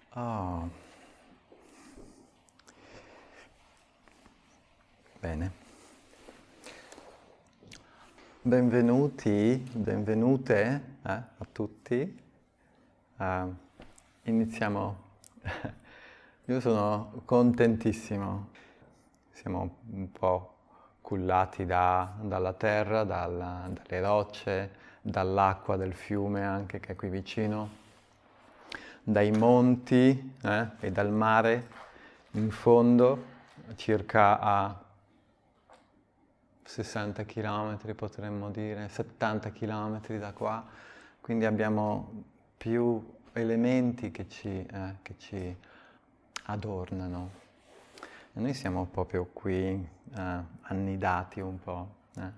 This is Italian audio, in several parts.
Oh, bene. Benvenuti, benvenute a tutti. Iniziamo. Io sono contentissimo. Siamo un po' cullati dalla terra, dalle rocce, dall'acqua del fiume anche che è qui vicino, dai monti e dal mare in fondo, circa a 60 km potremmo dire, 70 km da qua, quindi abbiamo più elementi che ci adornano. E noi siamo proprio qui annidati un po'.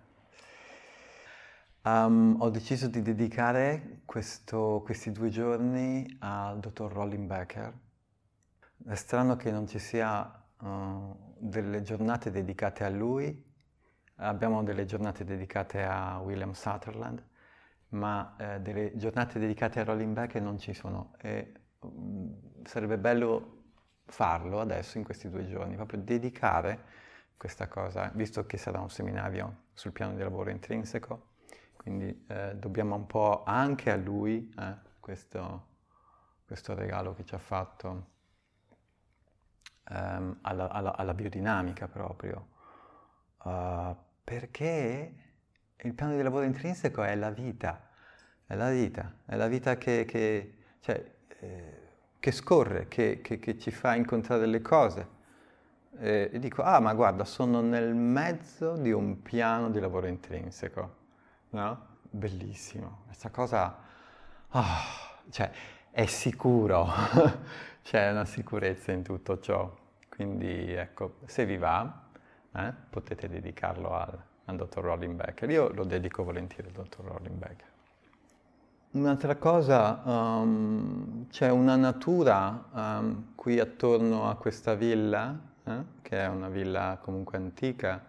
Ho deciso di dedicare questi 2 giorni al dottor Rollin Becker. È strano che non ci sia delle giornate dedicate a lui. Abbiamo delle giornate dedicate a William Sutherland, ma delle giornate dedicate a Rollin Becker non ci sono. E sarebbe bello farlo adesso in questi 2 giorni, proprio dedicare questa cosa, visto che sarà un seminario sul piano di lavoro intrinseco, quindi dobbiamo un po' anche a lui questo regalo che ci ha fatto alla biodinamica proprio, perché il piano di lavoro intrinseco è la vita, è la vita, è la vita cioè, che scorre, che ci fa incontrare le cose. E dico, ma guarda, sono nel mezzo di un piano di lavoro intrinseco, no? Bellissimo. Questa cosa, cioè, è sicuro, c'è una sicurezza in tutto ciò. Quindi, ecco, se vi va, potete dedicarlo al dottor Rollin Becker. Io lo dedico volentieri al dottor Rollin Becker. Un'altra cosa, c'è una natura qui attorno a questa villa, che è una villa comunque antica,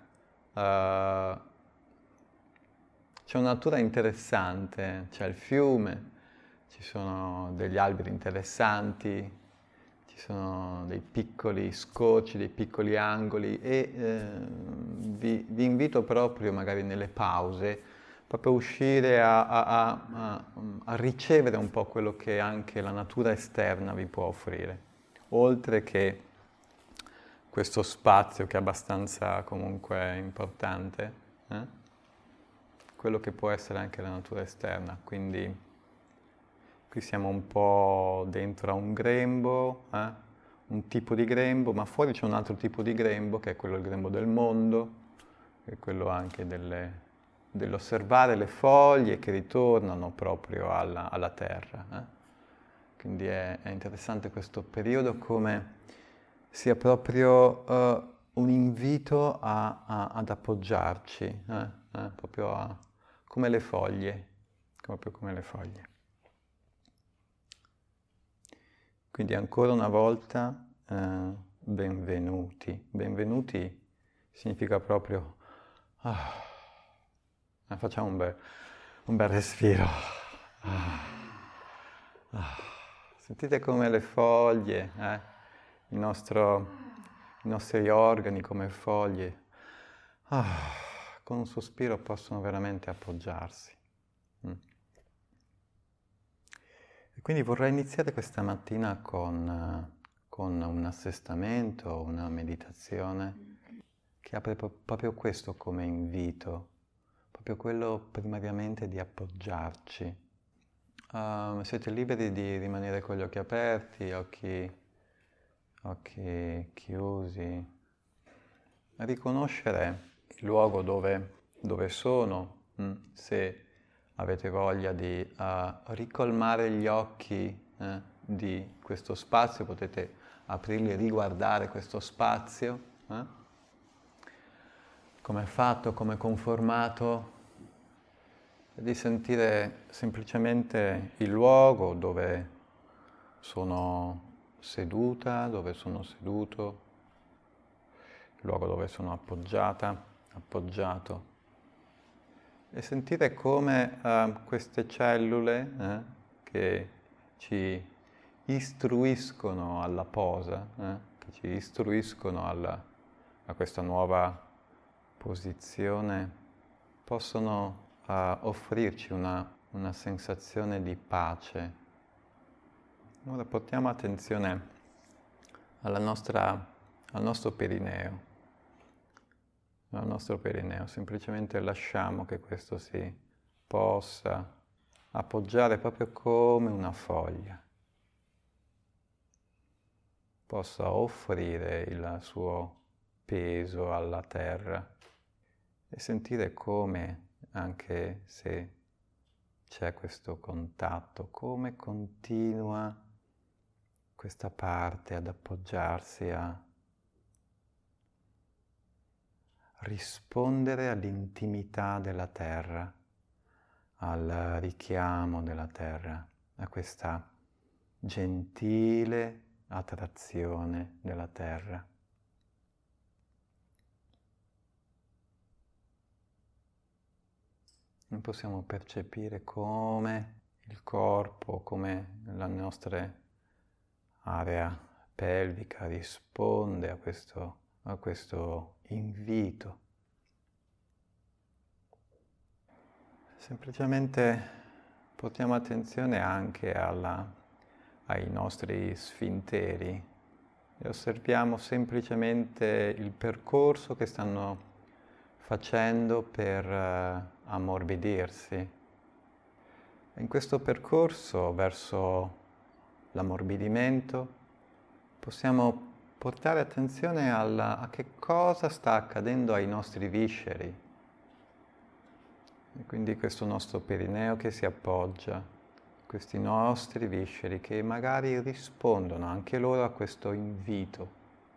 c'è una natura interessante, c'è il fiume, ci sono degli alberi interessanti, ci sono dei piccoli scorci, dei piccoli angoli e vi invito proprio magari nelle pause proprio uscire a ricevere un po' quello che anche la natura esterna vi può offrire, oltre che questo spazio che è abbastanza comunque importante, quello che può essere anche la natura esterna. Quindi qui siamo un po' dentro a un grembo, un tipo di grembo, ma fuori c'è un altro tipo di grembo che è quello il grembo del mondo, che è quello anche dell'osservare le foglie che ritornano proprio alla terra. Quindi è interessante questo periodo come sia proprio un invito ad appoggiarci, proprio come le foglie, proprio come le foglie. Quindi ancora una volta benvenuti. Benvenuti significa proprio facciamo un bel respiro. Sentite come le foglie, i nostri organi come foglie, con un sospiro possono veramente appoggiarsi. E quindi vorrei iniziare questa mattina con un assestamento, una meditazione che apre proprio questo come invito, proprio quello primariamente di appoggiarci. Siete liberi di rimanere con gli occhi aperti, occhi chiusi, a riconoscere il luogo dove sono, se avete voglia di ricolmare gli occhi di questo spazio, potete aprirli e riguardare questo spazio, come è fatto, come è conformato, e di sentire semplicemente il luogo dove sono seduta, dove sono seduto, il luogo dove sono appoggiata, appoggiato, e sentire come queste cellule che ci istruiscono alla posa, che ci istruiscono a questa nuova posizione, possono offrirci una sensazione di pace. Ora portiamo attenzione al nostro perineo. Al nostro perineo, semplicemente lasciamo che questo si possa appoggiare proprio come una foglia, possa offrire il suo peso alla terra e sentire come, anche se c'è questo contatto, come continua questa parte ad appoggiarsi, a rispondere all'intimità della terra, al richiamo della terra, a questa gentile attrazione della terra. Noi possiamo percepire come il corpo, come la nostra area pelvica risponde a questo invito. Semplicemente portiamo attenzione anche ai nostri sfinteri e osserviamo semplicemente il percorso che stanno facendo per ammorbidirsi. In questo percorso verso l'ammorbidimento possiamo portare attenzione a che cosa sta accadendo ai nostri visceri. E quindi questo nostro perineo che si appoggia, questi nostri visceri che magari rispondono anche loro a questo invito.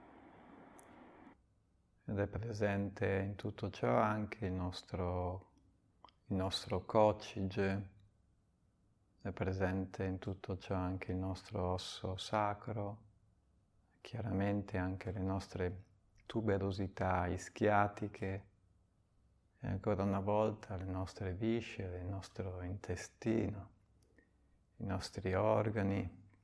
Ed è presente in tutto ciò anche il nostro coccige, è presente in tutto ciò anche il nostro osso sacro, chiaramente anche le nostre tuberosità ischiatiche e ancora una volta le nostre viscere, il nostro intestino, i nostri organi,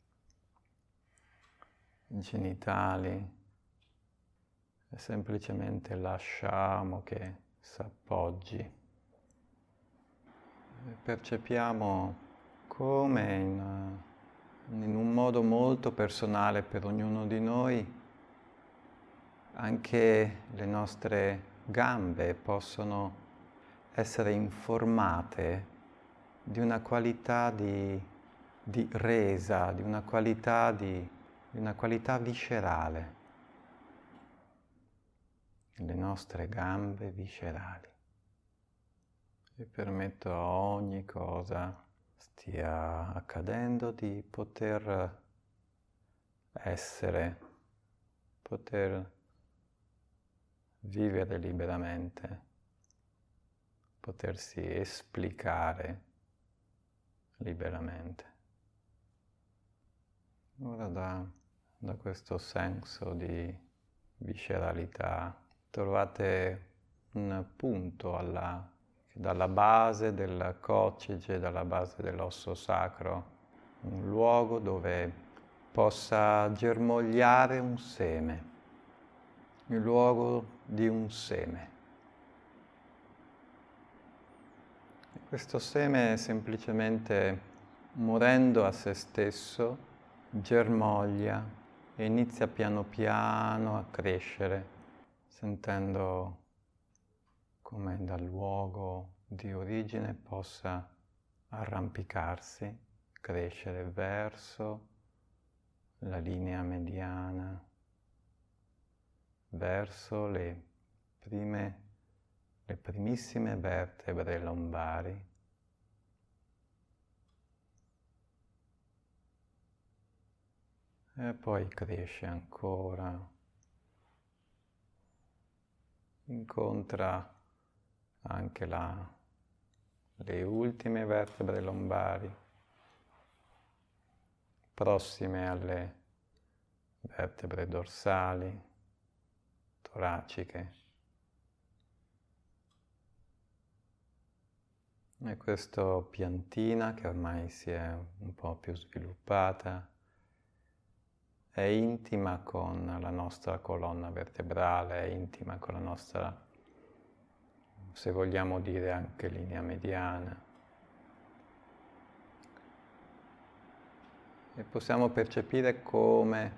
i genitali, e semplicemente lasciamo che si appoggi. E percepiamo come in un modo molto personale per ognuno di noi anche le nostre gambe possono essere informate di una qualità di resa, di una qualità viscerale. Le nostre gambe viscerali. E permetto a ogni cosa stia accadendo di poter essere, poter vivere liberamente, potersi esplicare liberamente. Ora da questo senso di visceralità trovate un punto dalla base del coccige, dalla base dell'osso sacro, un luogo dove possa germogliare un seme, il luogo di un seme. E questo seme semplicemente morendo a se stesso germoglia e inizia piano piano a crescere, sentendo come dal luogo di origine possa arrampicarsi, crescere verso la linea mediana, verso le primissime vertebre lombari. E poi cresce ancora, incontra anche le ultime vertebre lombari, prossime alle vertebre dorsali, toraciche. E questa piantina che ormai si è un po' più sviluppata è intima con la nostra colonna vertebrale, è intima con la nostra, se vogliamo dire, anche linea mediana. E possiamo percepire come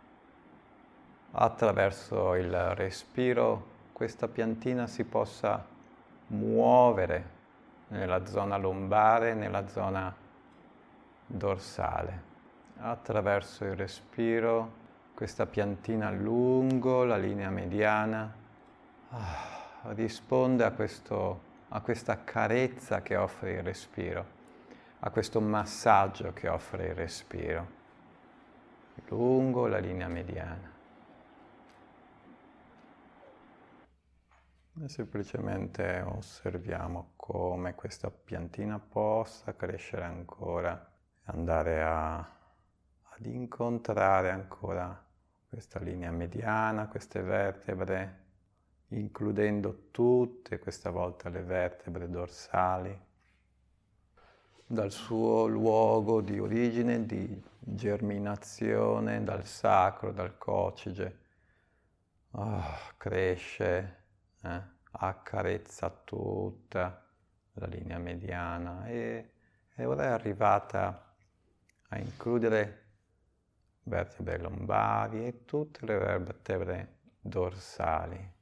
attraverso il respiro questa piantina si possa muovere nella zona lombare, nella zona dorsale. Attraverso il respiro questa piantina lungo la linea mediana risponde a questa carezza che offre il respiro, a questo massaggio che offre il respiro, lungo la linea mediana. E semplicemente osserviamo come questa piantina possa crescere ancora, andare ad incontrare ancora questa linea mediana, queste vertebre, includendo tutte questa volta le vertebre dorsali, dal suo luogo di origine, di germinazione, dal sacro, dal coccige, cresce, accarezza tutta la linea mediana e ora è arrivata a includere vertebre lombari e tutte le vertebre dorsali.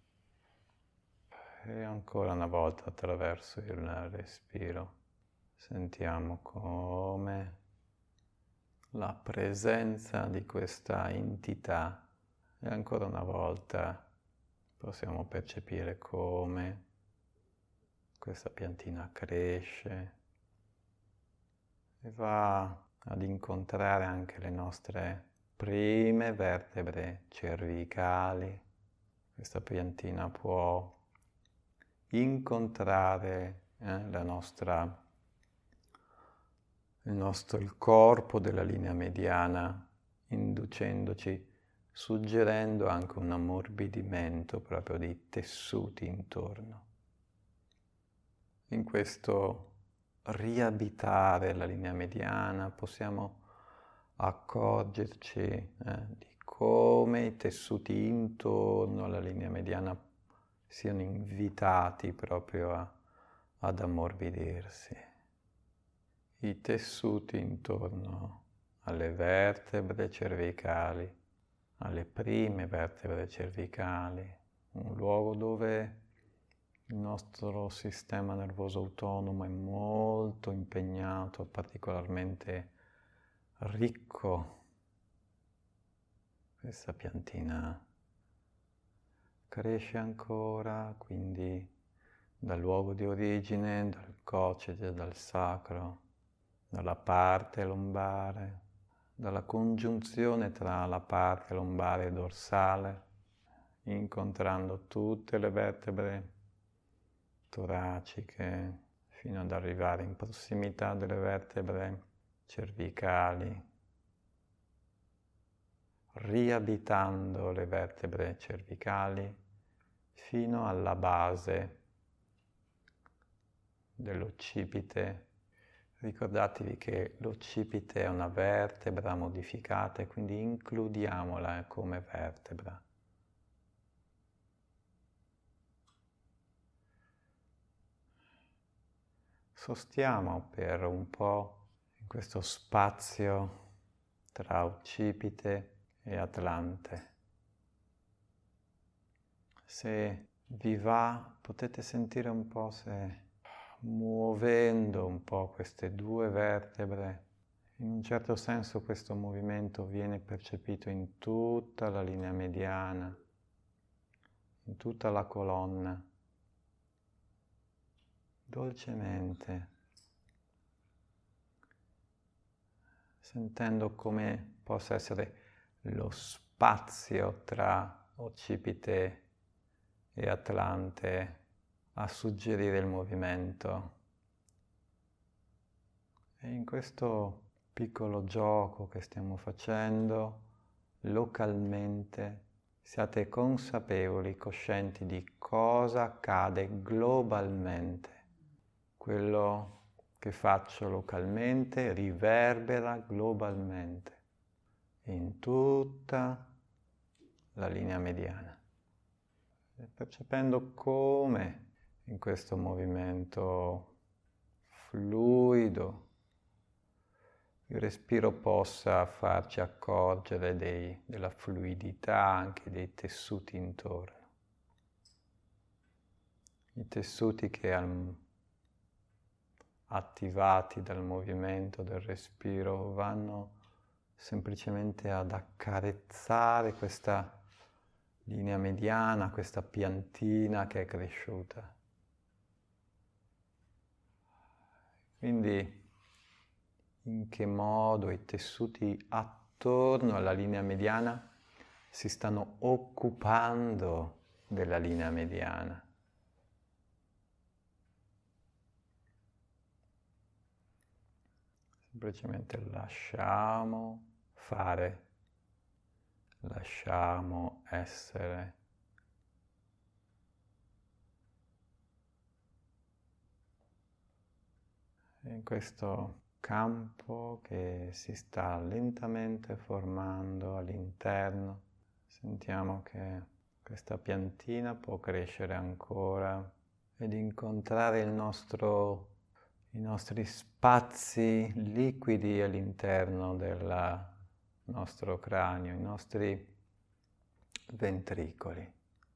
E ancora una volta attraverso il respiro sentiamo come la presenza di questa entità e ancora una volta possiamo percepire come questa piantina cresce e va ad incontrare anche le nostre prime vertebre cervicali. Questa piantina può incontrare il corpo della linea mediana, suggerendo anche un ammorbidimento proprio dei tessuti intorno. In questo riabitare la linea mediana possiamo accorgerci di come i tessuti intorno alla linea mediana siano invitati proprio ad ammorbidirsi. I tessuti intorno alle vertebre cervicali, alle prime vertebre cervicali, un luogo dove il nostro sistema nervoso autonomo è molto impegnato, particolarmente ricco. Questa piantina cresce ancora, quindi dal luogo di origine, dal coccige, dal sacro, dalla parte lombare, dalla congiunzione tra la parte lombare e dorsale, incontrando tutte le vertebre toraciche fino ad arrivare in prossimità delle vertebre cervicali, riabitando le vertebre cervicali fino alla base dell'occipite. Ricordatevi che l'occipite è una vertebra modificata e quindi includiamola come vertebra. Sostiamo per un po' in questo spazio tra occipite e atlante. Se vi va, potete sentire un po' se muovendo un po' queste due vertebre, in un certo senso questo movimento viene percepito in tutta la linea mediana, in tutta la colonna, dolcemente, sentendo come possa essere lo spazio tra occipite e atlante a suggerire il movimento. E in questo piccolo gioco che stiamo facendo, localmente, siate consapevoli, coscienti di cosa accade globalmente. Quello che faccio localmente riverbera globalmente in tutta la linea mediana, percependo come in questo movimento fluido il respiro possa farci accorgere della fluidità anche dei tessuti intorno. I tessuti che attivati dal movimento del respiro vanno semplicemente ad accarezzare questa linea mediana, questa piantina che è cresciuta. Quindi in che modo i tessuti attorno alla linea mediana si stanno occupando della linea mediana. Semplicemente lasciamo fare, lasciamo essere. In questo campo che si sta lentamente formando all'interno, sentiamo che questa piantina può crescere ancora ed incontrare i nostri spazi liquidi all'interno del nostro cranio, i nostri ventricoli.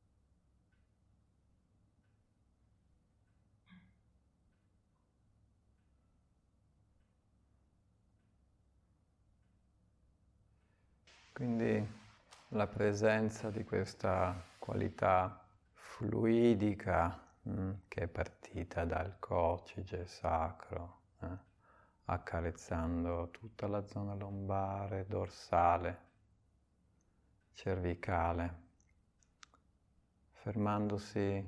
Quindi la presenza di questa qualità fluidica che è partita dal coccige sacro, accarezzando tutta la zona lombare, dorsale, cervicale, fermandosi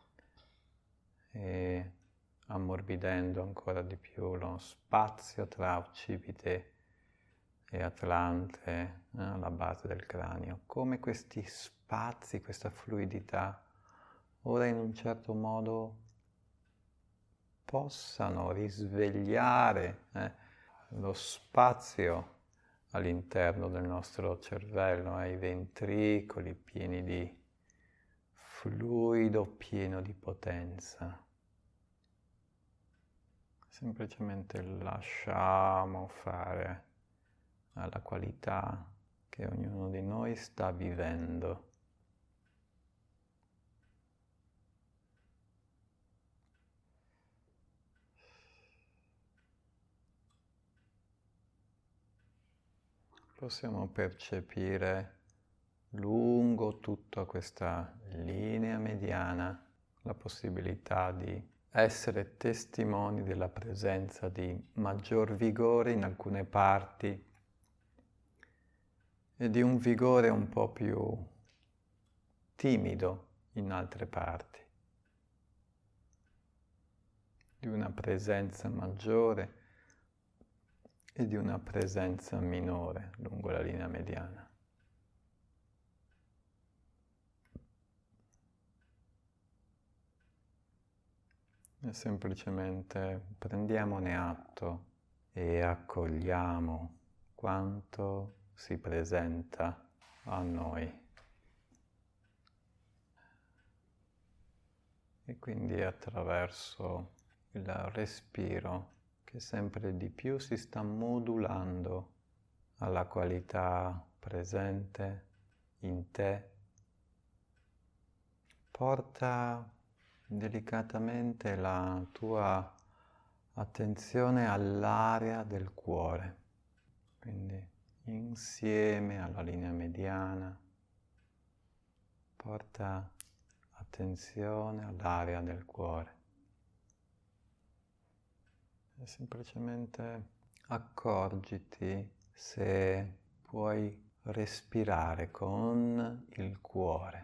e ammorbidendo ancora di più lo spazio tra occipite e atlante alla base del cranio, come questi spazi, questa fluidità, ora in un certo modo possano risvegliare lo spazio all'interno del nostro cervello, ai ventricoli pieni di fluido, pieno di potenza. Semplicemente lasciamo fare alla qualità che ognuno di noi sta vivendo. Possiamo percepire lungo tutta questa linea mediana la possibilità di essere testimoni della presenza di maggior vigore in alcune parti e di un vigore un po' più timido in altre parti, di una presenza maggiore e di una presenza minore lungo la linea mediana. E semplicemente prendiamone atto e accogliamo quanto si presenta a noi. E quindi attraverso il respiro che sempre di più si sta modulando alla qualità presente in te, porta delicatamente la tua attenzione all'area del cuore, quindi insieme alla linea mediana, porta attenzione all'area del cuore e semplicemente accorgiti se puoi respirare con il cuore,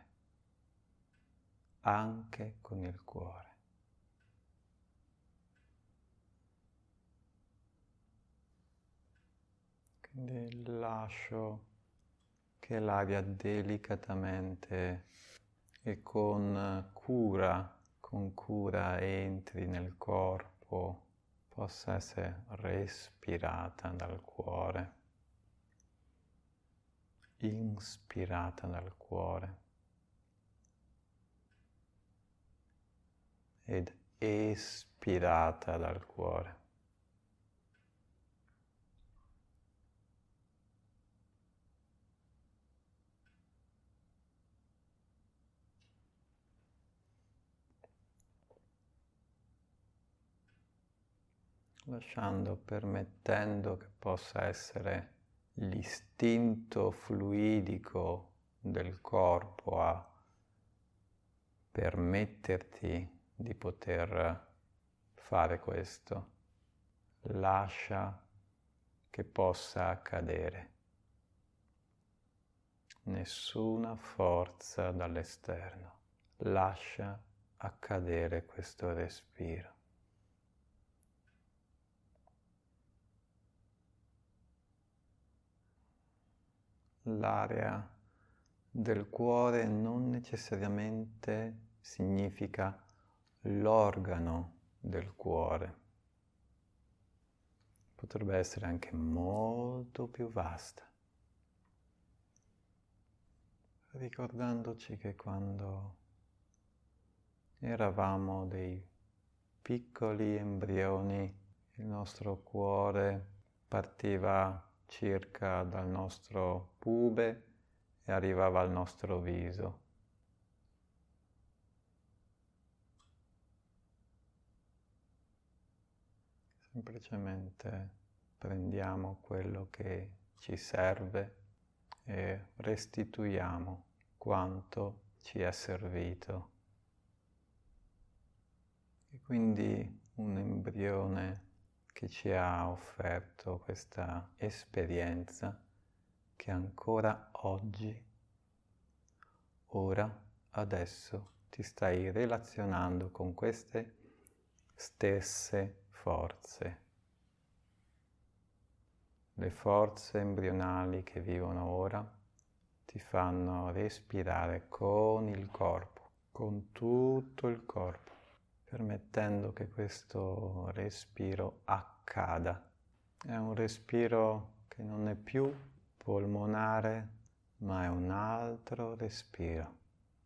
anche con il cuore. Quindi lascio che l'aria delicatamente e con cura entri nel corpo, possa essere respirata dal cuore. inspirata dal cuore ed espirata dal cuore. Permettendo che possa essere l'istinto fluidico del corpo a permetterti di poter fare questo. Lascia che possa accadere. Nessuna forza dall'esterno. Lascia accadere questo respiro. L'area del cuore non necessariamente significa l'organo del cuore. Potrebbe essere anche molto più vasta. Ricordandoci che quando eravamo dei piccoli embrioni, il nostro cuore partiva circa dal nostro pube e arrivava al nostro viso. Semplicemente prendiamo quello che ci serve e restituiamo quanto ci è servito. E quindi un embrione che ci ha offerto questa esperienza che ancora oggi, ora, adesso, ti stai relazionando con queste stesse forze. Le forze embrionali che vivono ora ti fanno respirare con il corpo, con tutto il corpo, permettendo che questo respiro accada. È un respiro che non è più polmonare, ma è un altro respiro.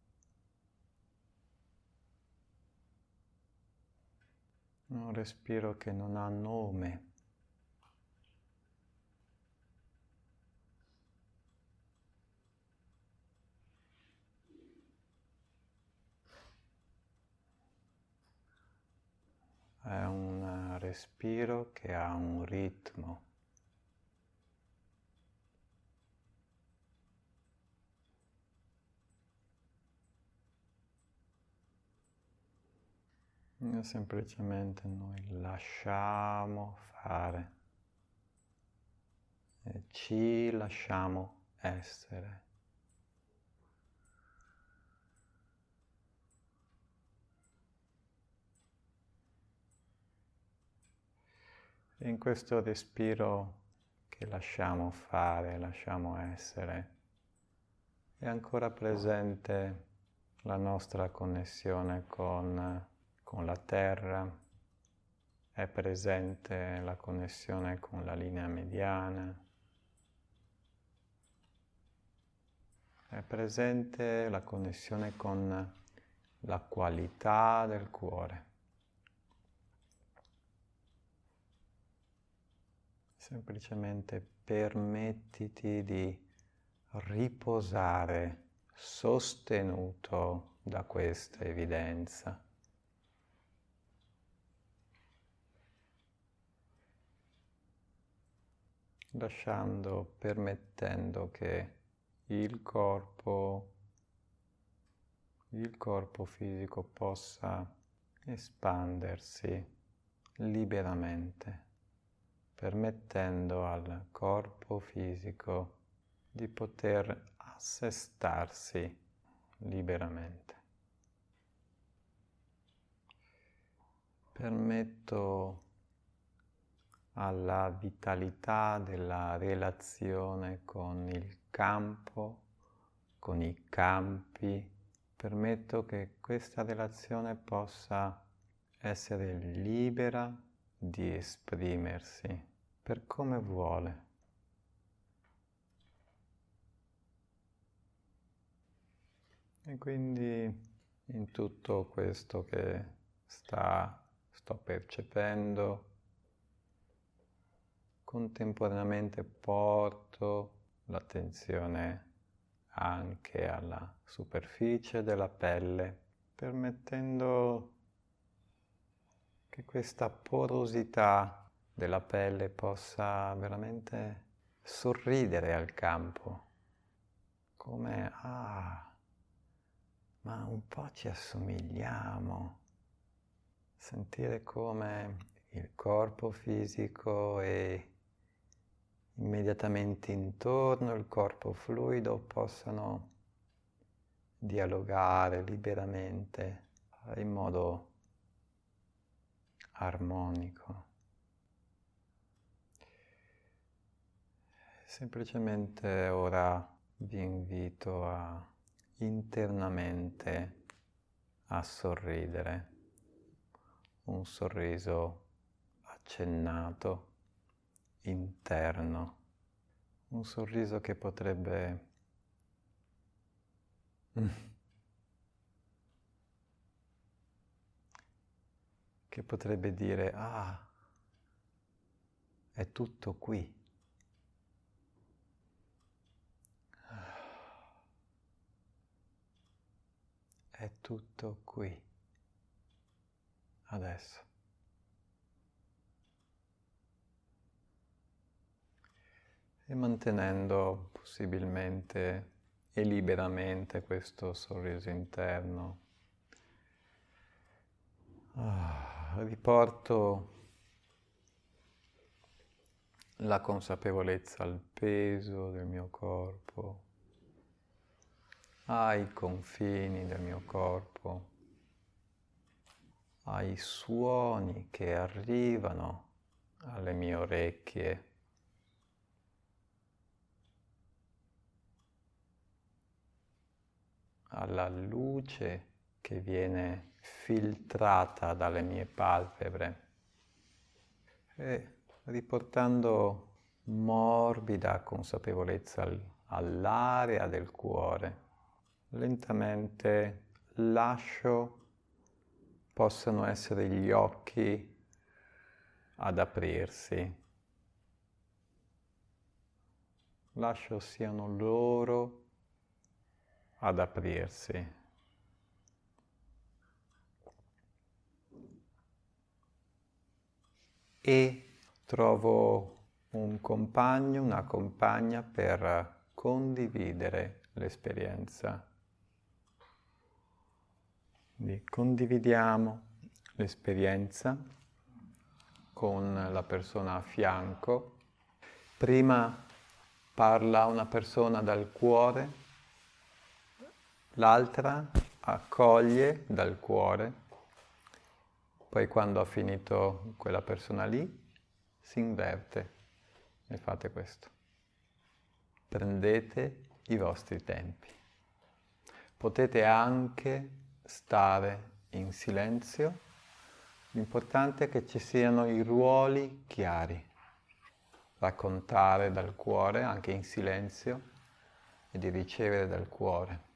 Un respiro che non ha nome. È un respiro che ha un ritmo. E semplicemente noi lasciamo fare e ci lasciamo essere. E in questo respiro che lasciamo fare, lasciamo essere, è ancora presente la nostra connessione con la terra, è presente la connessione con la linea mediana, è presente la connessione con la qualità del cuore. Semplicemente permettiti di riposare sostenuto da questa evidenza. Permettendo che il corpo fisico possa espandersi liberamente, permettendo al corpo fisico di poter assestarsi liberamente. Permetto alla vitalità della relazione con il campo, con i campi, permetto che questa relazione possa essere libera di esprimersi per come vuole. E quindi in tutto questo che sto percependo, contemporaneamente porto l'attenzione anche alla superficie della pelle, permettendo che questa porosità della pelle possa veramente sorridere al campo, come ma un po' ci assomigliamo, sentire come il corpo fisico e immediatamente intorno il corpo fluido possano dialogare liberamente in modo armonico. Semplicemente ora vi invito a internamente a sorridere, un sorriso accennato, interno, un sorriso che potrebbe dire, è tutto qui. È tutto qui, adesso. E mantenendo possibilmente e liberamente questo sorriso interno, riporto la consapevolezza al peso del mio corpo, ai confini del mio corpo, ai suoni che arrivano alle mie orecchie, alla luce che viene filtrata dalle mie palpebre e riportando morbida consapevolezza all'area del cuore. Lentamente lascio possano essere gli occhi ad aprirsi. Lascio siano loro ad aprirsi. E trovo un compagno, una compagna per condividere l'esperienza. Quindi condividiamo l'esperienza con la persona a fianco. Prima parla una persona dal cuore, l'altra accoglie dal cuore. Poi quando ha finito quella persona lì, si inverte e fate questo. Prendete i vostri tempi. Potete anche stare in silenzio, l'importante è che ci siano i ruoli chiari. Raccontare dal cuore, anche in silenzio, e di ricevere dal cuore.